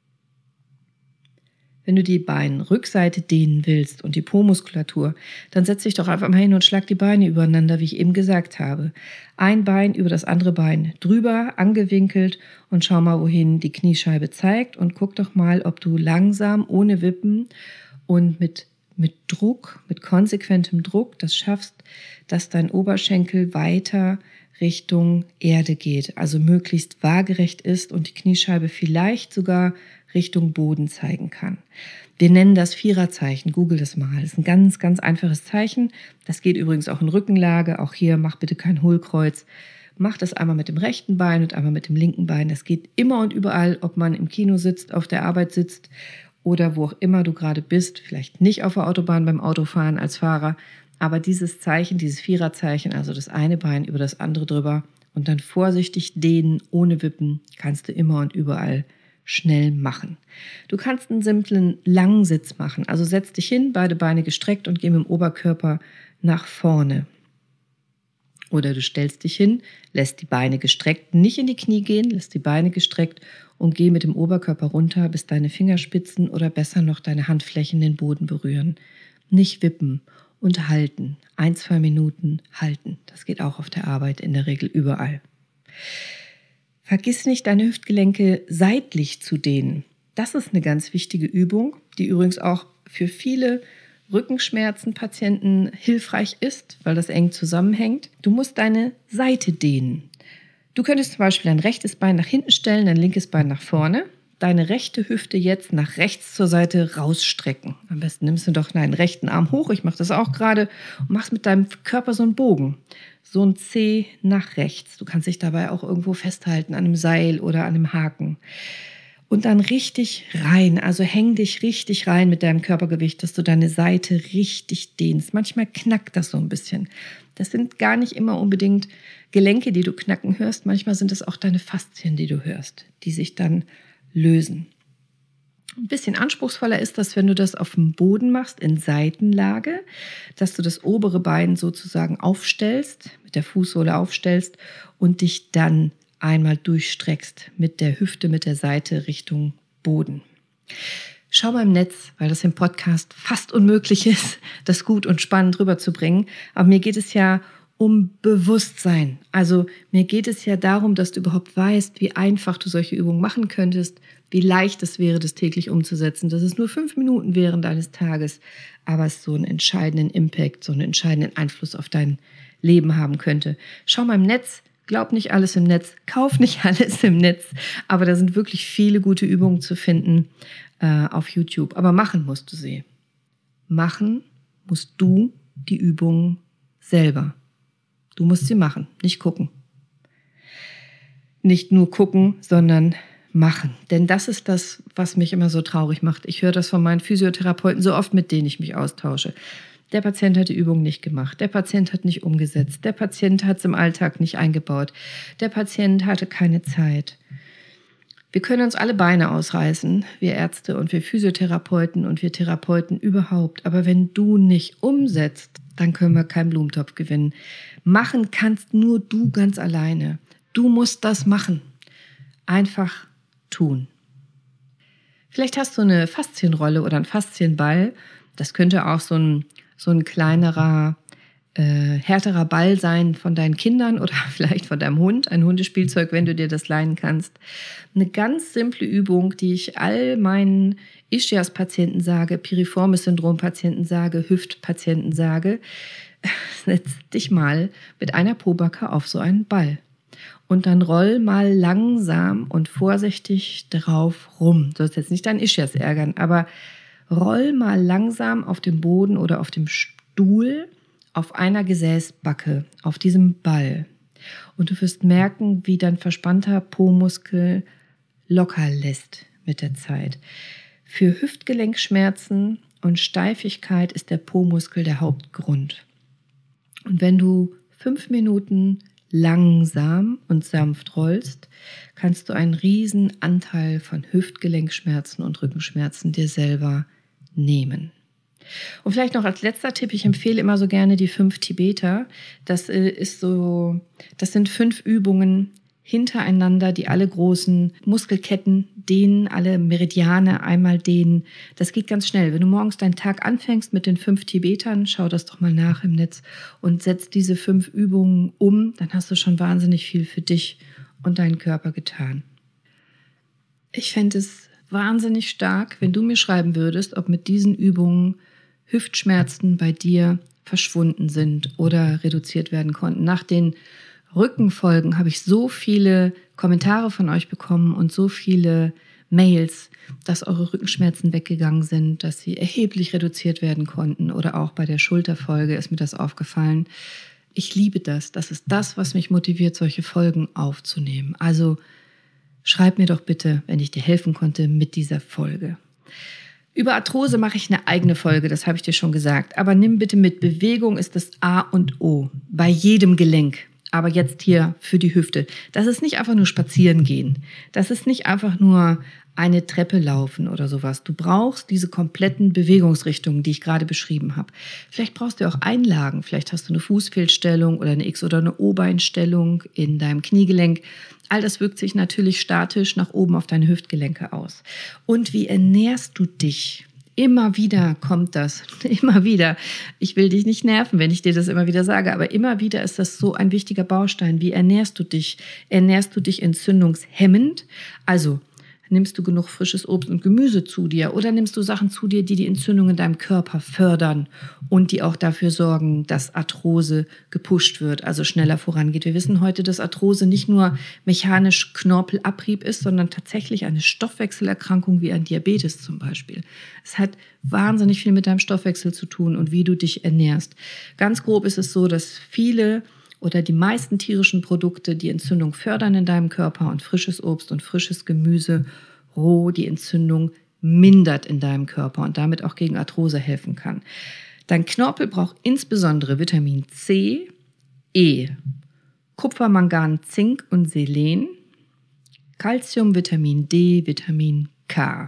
Wenn du die Beinrückseite dehnen willst und die Po-Muskulatur, dann setz dich doch einfach mal hin und schlag die Beine übereinander, wie ich eben gesagt habe. Ein Bein über das andere Bein drüber, angewinkelt und schau mal, wohin die Kniescheibe zeigt und guck doch mal, ob du langsam, ohne Wippen und mit, mit Druck, mit konsequentem Druck das schaffst, dass dein Oberschenkel weiter Richtung Erde geht, also möglichst waagerecht ist und die Kniescheibe vielleicht sogar Richtung Boden zeigen kann. Wir nennen das Viererzeichen, google das mal. Das ist ein ganz, ganz einfaches Zeichen. Das geht übrigens auch in Rückenlage. Auch hier mach bitte kein Hohlkreuz. Mach das einmal mit dem rechten Bein und einmal mit dem linken Bein. Das geht immer und überall, ob man im Kino sitzt, auf der Arbeit sitzt oder wo auch immer du gerade bist. Vielleicht nicht auf der Autobahn beim Autofahren als Fahrer. Aber dieses Zeichen, dieses Viererzeichen, also das eine Bein über das andere drüber und dann vorsichtig dehnen, ohne Wippen, kannst du immer und überall schnell machen. Du kannst einen simplen Langsitz machen. Also setz dich hin, beide Beine gestreckt und geh mit dem Oberkörper nach vorne. Oder du stellst dich hin, lässt die Beine gestreckt, nicht in die Knie gehen, lässt die Beine gestreckt und geh mit dem Oberkörper runter, bis deine Fingerspitzen oder besser noch deine Handflächen den Boden berühren. Nicht wippen und halten. Ein, zwei Minuten halten. Das geht auch auf der Arbeit in der Regel überall. Vergiss nicht, deine Hüftgelenke seitlich zu dehnen. Das ist eine ganz wichtige Übung, die übrigens auch für viele Rückenschmerzen-Patienten hilfreich ist, weil das eng zusammenhängt. Du musst deine Seite dehnen. Du könntest zum Beispiel dein rechtes Bein nach hinten stellen, dein linkes Bein nach vorne, deine rechte Hüfte jetzt nach rechts zur Seite rausstrecken. Am besten nimmst du doch deinen rechten Arm hoch, ich mache das auch gerade, und machst mit deinem Körper so einen Bogen. So ein C nach rechts. Du kannst dich dabei auch irgendwo festhalten, an einem Seil oder an einem Haken. Und dann richtig rein, also häng dich richtig rein mit deinem Körpergewicht, dass du deine Seite richtig dehnst. Manchmal knackt das so ein bisschen. Das sind gar nicht immer unbedingt Gelenke, die du knacken hörst. Manchmal sind es auch deine Faszien, die du hörst, die sich dann lösen. Ein bisschen anspruchsvoller ist das, wenn du das auf dem Boden machst, in Seitenlage, dass du das obere Bein sozusagen aufstellst, mit der Fußsohle aufstellst und dich dann einmal durchstreckst mit der Hüfte, mit der Seite Richtung Boden. Schau mal im Netz, weil das im Podcast fast unmöglich ist, das gut und spannend rüberzubringen. Aber mir geht es ja um Bewusstsein. Also mir geht es ja darum, dass du überhaupt weißt, wie einfach du solche Übungen machen könntest, wie leicht es wäre, das täglich umzusetzen, dass es nur fünf Minuten während deines Tages, aber es so einen entscheidenden Impact, so einen entscheidenden Einfluss auf dein Leben haben könnte. Schau mal im Netz, glaub nicht alles im Netz, kauf nicht alles im Netz, aber da sind wirklich viele gute Übungen zu finden äh, auf YouTube. Aber machen musst du sie. Machen musst du die Übungen selber. Du musst sie machen, nicht gucken. Nicht nur gucken, sondern machen. Denn das ist das, was mich immer so traurig macht. Ich höre das von meinen Physiotherapeuten so oft, mit denen ich mich austausche. Der Patient hat die Übung nicht gemacht. Der Patient hat nicht umgesetzt. Der Patient hat es im Alltag nicht eingebaut. Der Patient hatte keine Zeit. Wir können uns alle Beine ausreißen, wir Ärzte und wir Physiotherapeuten und wir Therapeuten überhaupt. Aber wenn du nicht umsetzt, dann können wir keinen Blumentopf gewinnen. Machen kannst nur du ganz alleine. Du musst das machen. Einfach tun. Vielleicht hast du eine Faszienrolle oder einen Faszienball. Das könnte auch so ein, so ein kleinerer, äh, härterer Ball sein von deinen Kindern oder vielleicht von deinem Hund. Ein Hundespielzeug, wenn du dir das leihen kannst. Eine ganz simple Übung, die ich all meinen Ischias-Patienten sage, Piriformis-Syndrom-Patienten sage, Hüftpatienten sage. Setz dich mal mit einer Pobacke auf so einen Ball. Und dann roll mal langsam und vorsichtig drauf rum. Du sollst jetzt nicht deinen Ischias ärgern, aber roll mal langsam auf dem Boden oder auf dem Stuhl auf einer Gesäßbacke, auf diesem Ball. Und du wirst merken, wie dein verspannter Po-Muskel locker lässt mit der Zeit. Für Hüftgelenkschmerzen und Steifigkeit ist der Po-Muskel der Hauptgrund. Und wenn du fünf Minuten langsam und sanft rollst, kannst du einen riesen Anteil von Hüftgelenkschmerzen und Rückenschmerzen dir selber nehmen. Und vielleicht noch als letzter Tipp, ich empfehle immer so gerne die fünf Tibeter. Das ist so, das sind fünf Übungen hintereinander, die alle großen Muskelketten dehnen, alle Meridiane einmal dehnen. Das geht ganz schnell. Wenn du morgens deinen Tag anfängst mit den fünf Tibetern, schau das doch mal nach im Netz und setz diese fünf Übungen um, dann hast du schon wahnsinnig viel für dich und deinen Körper getan. Ich fände es wahnsinnig stark, wenn du mir schreiben würdest, ob mit diesen Übungen Hüftschmerzen bei dir verschwunden sind oder reduziert werden konnten. Nach den Rückenfolgen habe ich so viele Kommentare von euch bekommen und so viele Mails, dass eure Rückenschmerzen weggegangen sind, dass sie erheblich reduziert werden konnten oder auch bei der Schulterfolge ist mir das aufgefallen. Ich liebe das. Das ist das, was mich motiviert, solche Folgen aufzunehmen. Also schreib mir doch bitte, wenn ich dir helfen konnte mit dieser Folge. Über Arthrose mache ich eine eigene Folge, das habe ich dir schon gesagt. Aber nimm bitte mit, Bewegung ist das A und O bei jedem Gelenk. Aber jetzt hier für die Hüfte. Das ist nicht einfach nur spazieren gehen. Das ist nicht einfach nur eine Treppe laufen oder sowas. Du brauchst diese kompletten Bewegungsrichtungen, die ich gerade beschrieben habe. Vielleicht brauchst du auch Einlagen. Vielleicht hast du eine Fußfehlstellung oder eine X- oder eine O-Beinstellung in deinem Kniegelenk. All das wirkt sich natürlich statisch nach oben auf deine Hüftgelenke aus. Und wie ernährst du dich? Immer wieder kommt das, immer wieder. Ich will dich nicht nerven, wenn ich dir das immer wieder sage, aber immer wieder ist das so ein wichtiger Baustein. Wie ernährst du dich? Ernährst du dich entzündungshemmend? Also nimmst du genug frisches Obst und Gemüse zu dir oder nimmst du Sachen zu dir, die die Entzündung in deinem Körper fördern und die auch dafür sorgen, dass Arthrose gepusht wird, also schneller vorangeht. Wir wissen heute, dass Arthrose nicht nur mechanisch Knorpelabrieb ist, sondern tatsächlich eine Stoffwechselerkrankung wie ein Diabetes zum Beispiel. Es hat wahnsinnig viel mit deinem Stoffwechsel zu tun und wie du dich ernährst. Ganz grob ist es so, dass viele oder die meisten tierischen Produkte die Entzündung fördern in deinem Körper und frisches Obst und frisches Gemüse roh die Entzündung mindert in deinem Körper und damit auch gegen Arthrose helfen kann. Dein Knorpel braucht insbesondere Vitamin C, E, Kupfer, Mangan, Zink und Selen, Calcium, Vitamin D, Vitamin K.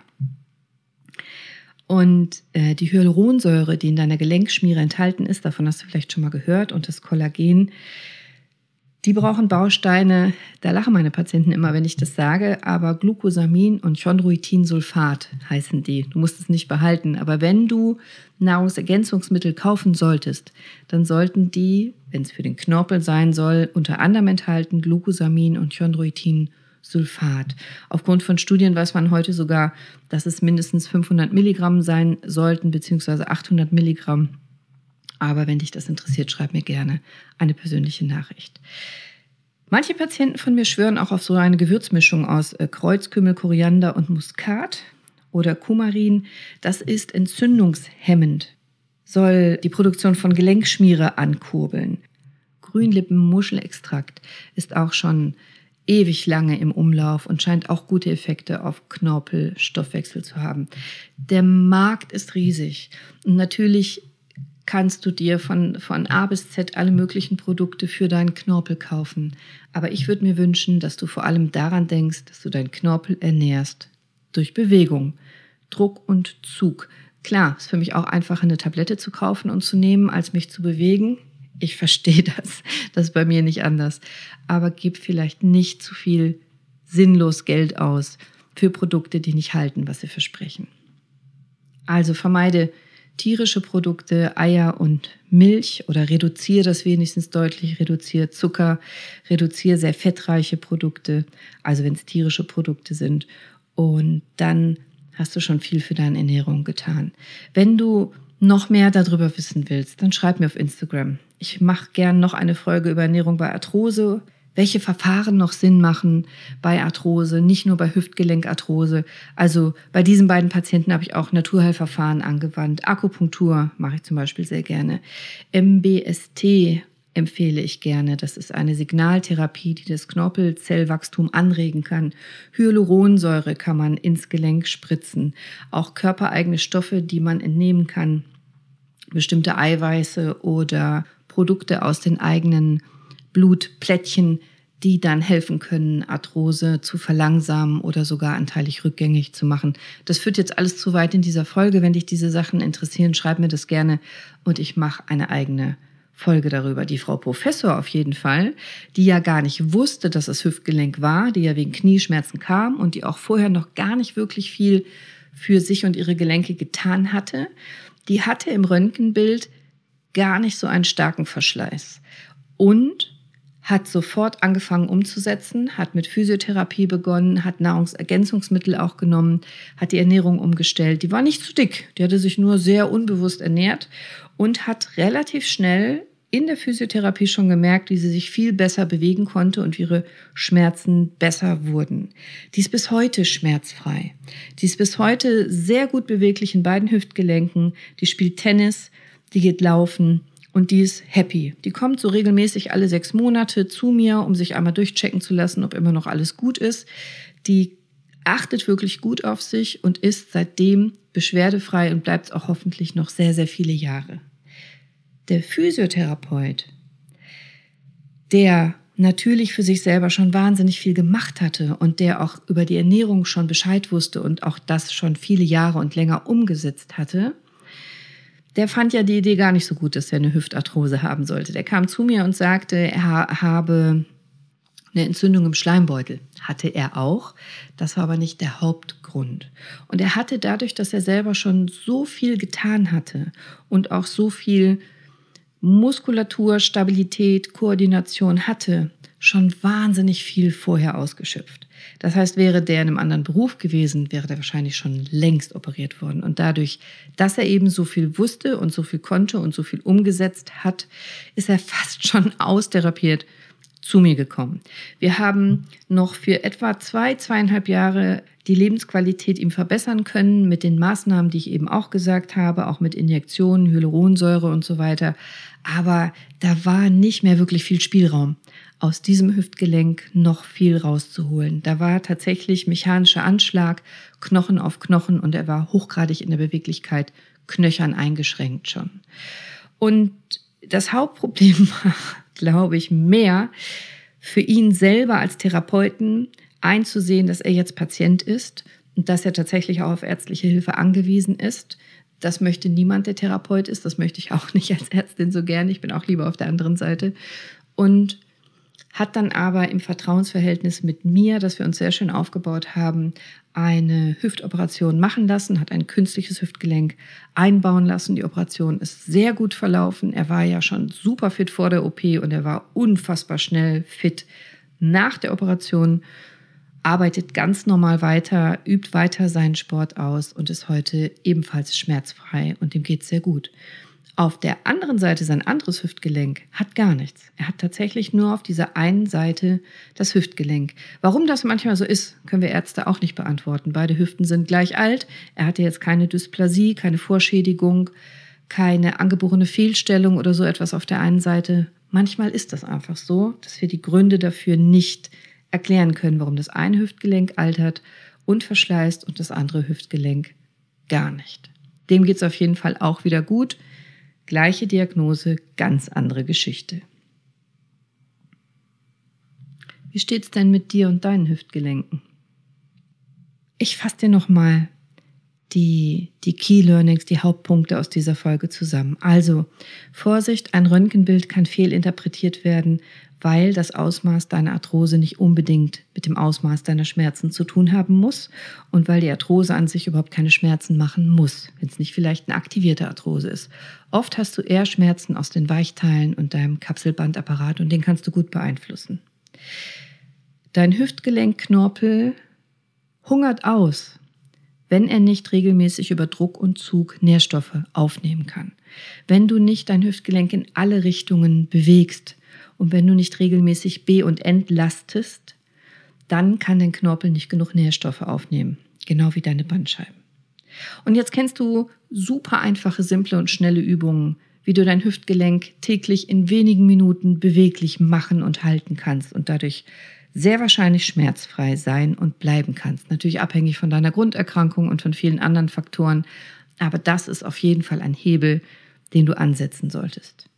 Und äh, die Hyaluronsäure, die in deiner Gelenkschmiere enthalten ist, davon hast du vielleicht schon mal gehört, und das Kollagen, Die brauchen Bausteine, da lachen meine Patienten immer, wenn ich das sage, aber Glucosamin und Chondroitinsulfat heißen die. Du musst es nicht behalten, aber wenn du Nahrungsergänzungsmittel kaufen solltest, dann sollten die, wenn es für den Knorpel sein soll, unter anderem enthalten Glucosamin und Chondroitinsulfat. Aufgrund von Studien weiß man heute sogar, dass es mindestens fünfhundert Milligramm sein sollten, beziehungsweise achthundert Milligramm. Aber wenn dich das interessiert, schreib mir gerne eine persönliche Nachricht. Manche Patienten von mir schwören auch auf so eine Gewürzmischung aus Kreuzkümmel, Koriander und Muskat oder Kumarin. Das ist entzündungshemmend, soll die Produktion von Gelenkschmiere ankurbeln. Grünlippen-Muschelextrakt ist auch schon ewig lange im Umlauf und scheint auch gute Effekte auf Knorpelstoffwechsel zu haben. Der Markt ist riesig und natürlich kannst du dir von, von A bis Z alle möglichen Produkte für deinen Knorpel kaufen. Aber ich würde mir wünschen, dass du vor allem daran denkst, dass du deinen Knorpel ernährst durch Bewegung, Druck und Zug. Klar, ist für mich auch einfacher, eine Tablette zu kaufen und zu nehmen, als mich zu bewegen. Ich verstehe das, das ist bei mir nicht anders. Aber gib vielleicht nicht zu viel sinnlos Geld aus für Produkte, die nicht halten, was sie versprechen. Also vermeide tierische Produkte, Eier und Milch oder reduziere das wenigstens deutlich, reduziere Zucker, reduziere sehr fettreiche Produkte, also wenn es tierische Produkte sind. Und dann hast du schon viel für deine Ernährung getan. Wenn du noch mehr darüber wissen willst, dann schreib mir auf Instagram. Ich mache gern noch eine Folge über Ernährung bei Arthrose, welche Verfahren noch Sinn machen bei Arthrose, nicht nur bei Hüftgelenkarthrose. Also bei diesen beiden Patienten habe ich auch Naturheilverfahren angewandt. Akupunktur mache ich zum Beispiel sehr gerne. M B S T empfehle ich gerne. Das ist eine Signaltherapie, die das Knorpelzellwachstum anregen kann. Hyaluronsäure kann man ins Gelenk spritzen. Auch körpereigene Stoffe, die man entnehmen kann. Bestimmte Eiweiße oder Produkte aus den eigenen Blutplättchen, die dann helfen können, Arthrose zu verlangsamen oder sogar anteilig rückgängig zu machen. Das führt jetzt alles zu weit in dieser Folge. Wenn dich diese Sachen interessieren, schreib mir das gerne und ich mache eine eigene Folge darüber. Die Frau Professor auf jeden Fall, die ja gar nicht wusste, dass es Hüftgelenk war, die ja wegen Knieschmerzen kam und die auch vorher noch gar nicht wirklich viel für sich und ihre Gelenke getan hatte, die hatte im Röntgenbild gar nicht so einen starken Verschleiß und hat sofort angefangen umzusetzen, hat mit Physiotherapie begonnen, hat Nahrungsergänzungsmittel auch genommen, hat die Ernährung umgestellt. Die war nicht zu dick, die hatte sich nur sehr unbewusst ernährt und hat relativ schnell in der Physiotherapie schon gemerkt, wie sie sich viel besser bewegen konnte und ihre Schmerzen besser wurden. Die ist bis heute schmerzfrei. Die ist bis heute sehr gut beweglich in beiden Hüftgelenken. Die spielt Tennis, die geht laufen. Und die ist happy. Die kommt so regelmäßig alle sechs Monate zu mir, um sich einmal durchchecken zu lassen, ob immer noch alles gut ist. Die achtet wirklich gut auf sich und ist seitdem beschwerdefrei und bleibt es auch hoffentlich noch sehr, sehr viele Jahre. Der Physiotherapeut, der natürlich für sich selber schon wahnsinnig viel gemacht hatte und der auch über die Ernährung schon Bescheid wusste und auch das schon viele Jahre und länger umgesetzt hatte, der fand ja die Idee gar nicht so gut, dass er eine Hüftarthrose haben sollte. Der kam zu mir und sagte, er habe eine Entzündung im Schleimbeutel. Hatte er auch. Das war aber nicht der Hauptgrund. Und er hatte dadurch, dass er selber schon so viel getan hatte und auch so viel Muskulatur, Stabilität, Koordination hatte, schon wahnsinnig viel vorher ausgeschöpft. Das heißt, wäre der in einem anderen Beruf gewesen, wäre der wahrscheinlich schon längst operiert worden. Und dadurch, dass er eben so viel wusste und so viel konnte und so viel umgesetzt hat, ist er fast schon austherapiert zu mir gekommen. Wir haben noch für etwa zwei, zweieinhalb Jahre die Lebensqualität ihm verbessern können mit den Maßnahmen, die ich eben auch gesagt habe, auch mit Injektionen, Hyaluronsäure und so weiter. Aber da war nicht mehr wirklich viel Spielraum, aus diesem Hüftgelenk noch viel rauszuholen. Da war tatsächlich mechanischer Anschlag, Knochen auf Knochen und er war hochgradig in der Beweglichkeit, knöchern eingeschränkt schon. Und das Hauptproblem war, glaube ich, mehr für ihn selber als Therapeuten einzusehen, dass er jetzt Patient ist und dass er tatsächlich auch auf ärztliche Hilfe angewiesen ist. Das möchte niemand, der Therapeut ist. Das möchte ich auch nicht als Ärztin so gerne. Ich bin auch lieber auf der anderen Seite. Und hat dann aber im Vertrauensverhältnis mit mir, das wir uns sehr schön aufgebaut haben, eine Hüftoperation machen lassen, hat ein künstliches Hüftgelenk einbauen lassen. Die Operation ist sehr gut verlaufen. Er war ja schon super fit vor der O P und er war unfassbar schnell fit nach der Operation, arbeitet ganz normal weiter, übt weiter seinen Sport aus und ist heute ebenfalls schmerzfrei und ihm geht es sehr gut. Auf der anderen Seite sein anderes Hüftgelenk hat gar nichts. Er hat tatsächlich nur auf dieser einen Seite das Hüftgelenk. Warum das manchmal so ist, können wir Ärzte auch nicht beantworten. Beide Hüften sind gleich alt. Er hatte jetzt keine Dysplasie, keine Vorschädigung, keine angeborene Fehlstellung oder so etwas auf der einen Seite. Manchmal ist das einfach so, dass wir die Gründe dafür nicht erklären können, warum das eine Hüftgelenk altert und verschleißt und das andere Hüftgelenk gar nicht. Dem geht es auf jeden Fall auch wieder gut. Gleiche Diagnose, ganz andere Geschichte. Wie steht's denn mit dir und deinen Hüftgelenken? Ich fasse dir nochmal die, die Key Learnings, die Hauptpunkte aus dieser Folge zusammen. Also, Vorsicht, ein Röntgenbild kann fehlinterpretiert werden, weil das Ausmaß deiner Arthrose nicht unbedingt mit dem Ausmaß deiner Schmerzen zu tun haben muss und weil die Arthrose an sich überhaupt keine Schmerzen machen muss, wenn es nicht vielleicht eine aktivierte Arthrose ist. Oft hast du eher Schmerzen aus den Weichteilen und deinem Kapselbandapparat und den kannst du gut beeinflussen. Dein Hüftgelenkknorpel hungert aus, wenn er nicht regelmäßig über Druck und Zug Nährstoffe aufnehmen kann. Wenn du nicht dein Hüftgelenk in alle Richtungen bewegst und wenn du nicht regelmäßig be- und entlastest, dann kann dein Knorpel nicht genug Nährstoffe aufnehmen, genau wie deine Bandscheiben. Und jetzt kennst du super einfache, simple und schnelle Übungen, wie du dein Hüftgelenk täglich in wenigen Minuten beweglich machen und halten kannst und dadurch sehr wahrscheinlich schmerzfrei sein und bleiben kannst. Natürlich abhängig von deiner Grunderkrankung und von vielen anderen Faktoren, aber das ist auf jeden Fall ein Hebel, den du ansetzen solltest.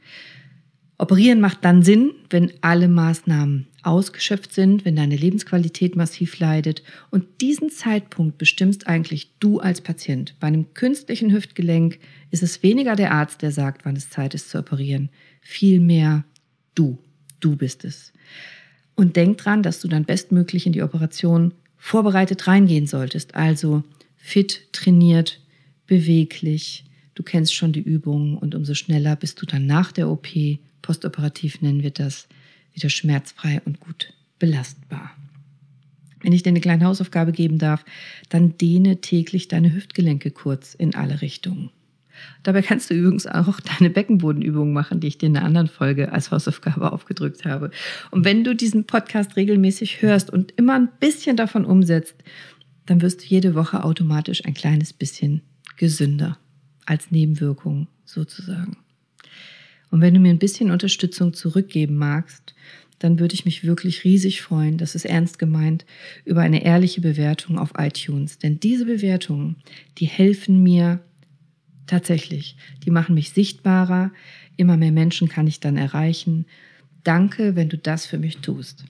Operieren macht dann Sinn, wenn alle Maßnahmen ausgeschöpft sind, wenn deine Lebensqualität massiv leidet und diesen Zeitpunkt bestimmst eigentlich du als Patient. Bei einem künstlichen Hüftgelenk ist es weniger der Arzt, der sagt, wann es Zeit ist zu operieren, vielmehr du, du bist es. Und denk dran, dass du dann bestmöglich in die Operation vorbereitet reingehen solltest, also fit, trainiert, beweglich, du kennst schon die Übungen und umso schneller bist du dann nach der O P, postoperativ nennen wir das, wieder schmerzfrei und gut belastbar. Wenn ich dir eine kleine Hausaufgabe geben darf, dann dehne täglich deine Hüftgelenke kurz in alle Richtungen. Dabei kannst du übrigens auch deine Beckenbodenübungen machen, die ich dir in einer anderen Folge als Hausaufgabe aufgedrückt habe. Und wenn du diesen Podcast regelmäßig hörst und immer ein bisschen davon umsetzt, dann wirst du jede Woche automatisch ein kleines bisschen gesünder, als Nebenwirkung sozusagen. Und wenn du mir ein bisschen Unterstützung zurückgeben magst, dann würde ich mich wirklich riesig freuen, das ist ernst gemeint, über eine ehrliche Bewertung auf iTunes. Denn diese Bewertungen, die helfen mir tatsächlich. Die machen mich sichtbarer, immer mehr Menschen kann ich dann erreichen. Danke, wenn du das für mich tust.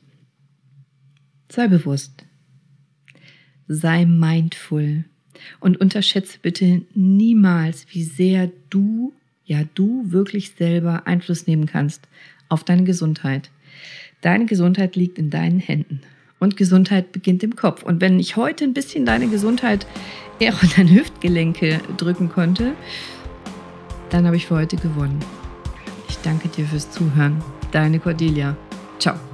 Sei bewusst, sei mindful und unterschätze bitte niemals, wie sehr du, ja du wirklich selber Einfluss nehmen kannst auf deine Gesundheit. Deine Gesundheit liegt in deinen Händen und Gesundheit beginnt im Kopf. Und wenn ich heute ein bisschen deine Gesundheit eher an deine Hüftgelenke drücken konnte, dann habe ich für heute gewonnen. Ich danke dir fürs Zuhören. Deine Cordelia. Ciao.